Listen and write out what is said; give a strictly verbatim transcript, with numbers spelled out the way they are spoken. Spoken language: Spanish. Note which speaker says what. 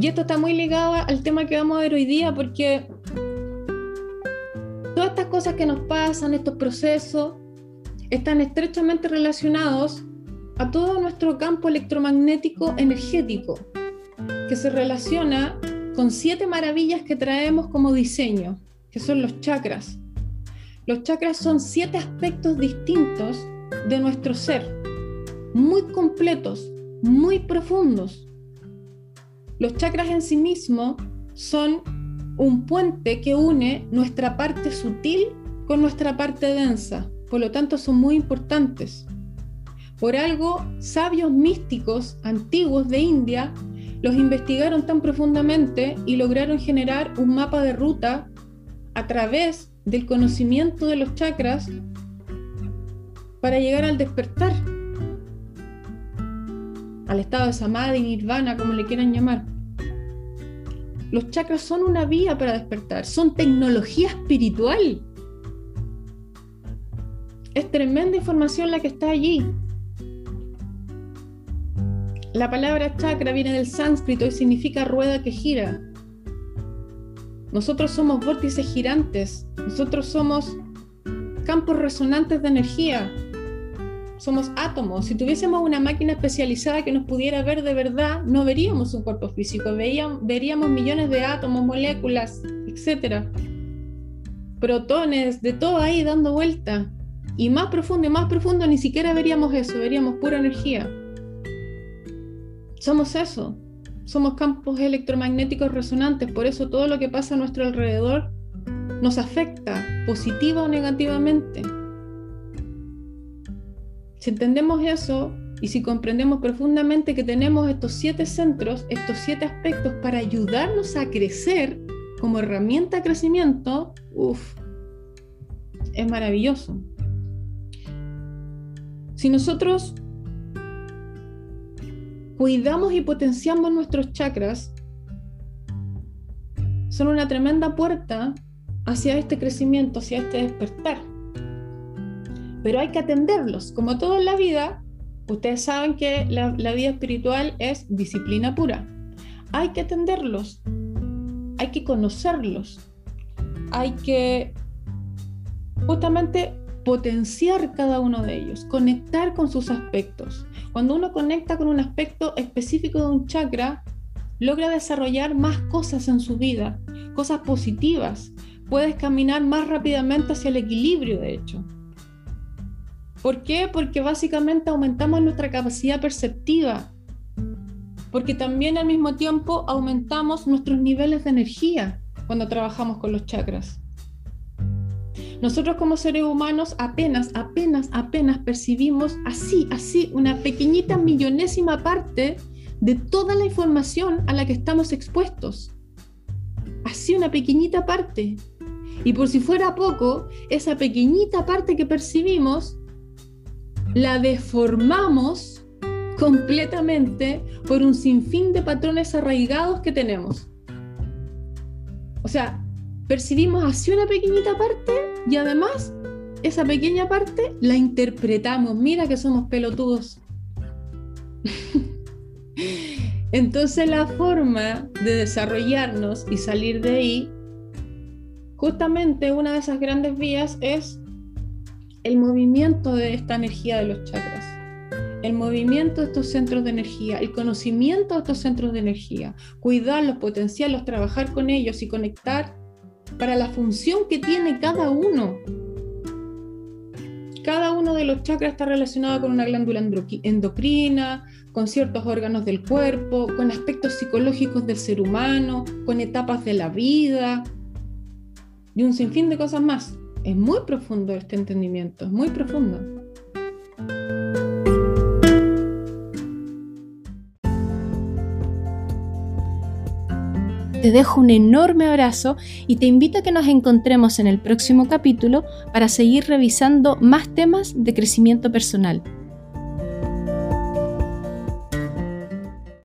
Speaker 1: Y esto está muy ligado al tema que vamos a ver hoy día, porque todas estas cosas que nos pasan, estos procesos, están estrechamente relacionados a todo nuestro campo electromagnético energético, que se relaciona con siete maravillas que traemos como diseño, que son los chakras. Los chakras son siete aspectos distintos de nuestro ser, muy completos, muy profundos. Los chakras en sí mismos son un puente que une nuestra parte sutil con nuestra parte densa, por lo tanto son muy importantes. Por algo, sabios místicos antiguos de India los investigaron tan profundamente y lograron generar un mapa de ruta a través del conocimiento de los chakras para llegar al despertar, al estado de samadhi, nirvana, como le quieran llamar. Los chakras son una vía para despertar, son tecnología espiritual. Es tremenda información la que está allí. La palabra chakra viene del sánscrito y significa rueda que gira. Nosotros somos vórtices girantes, nosotros somos campos resonantes de energía, somos átomos. Si tuviésemos una máquina especializada que nos pudiera ver de verdad, no veríamos un cuerpo físico, veríamos, veríamos millones de átomos, moléculas, etcétera. Protones, de todo ahí dando vuelta. Y más profundo y más profundo ni siquiera veríamos eso, veríamos pura energía. Somos eso, somos campos electromagnéticos resonantes, por eso todo lo que pasa a nuestro alrededor nos afecta, positiva o negativamente. Si entendemos eso y si comprendemos profundamente que tenemos estos siete centros, estos siete aspectos para ayudarnos a crecer como herramienta de crecimiento, uff, es maravilloso. Si nosotros cuidamos y potenciamos nuestros chakras, son una tremenda puerta hacia este crecimiento, hacia este despertar. Pero hay que atenderlos. Como todo en la vida, ustedes saben que la, la vida espiritual es disciplina pura. Hay que atenderlos, hay que conocerlos, hay que justamente potenciar cada uno de ellos, conectar con sus aspectos. Cuando uno conecta con un aspecto específico de un chakra, logra desarrollar más cosas en su vida, cosas positivas. Puedes caminar más rápidamente hacia el equilibrio, de hecho. ¿Por qué? Porque básicamente aumentamos nuestra capacidad perceptiva, porque también al mismo tiempo aumentamos nuestros niveles de energía cuando trabajamos con los chakras. Nosotros como seres humanos apenas, apenas, apenas percibimos así, así, una pequeñita millonésima parte de toda la información a la que estamos expuestos. Así una pequeñita parte. Y por si fuera poco, esa pequeñita parte que percibimos la deformamos completamente por un sinfín de patrones arraigados que tenemos. O sea, percibimos así una pequeñita parte y además esa pequeña parte la interpretamos. Mira que somos pelotudos. Entonces la forma de desarrollarnos y salir de ahí, justamente una de esas grandes vías es el movimiento de esta energía de los chakras, el movimiento de estos centros de energía, el conocimiento de estos centros de energía, cuidarlos, potenciarlos, trabajar con ellos y conectar para la función que tiene cada uno. Cada uno de los chakras está relacionado con una glándula endocrina, con ciertos órganos del cuerpo, con aspectos psicológicos del ser humano, con etapas de la vida y un sinfín de cosas más. Es muy profundo este entendimiento, es muy profundo.
Speaker 2: Te dejo un enorme abrazo y te invito a que nos encontremos en el próximo capítulo para seguir revisando más temas de crecimiento personal.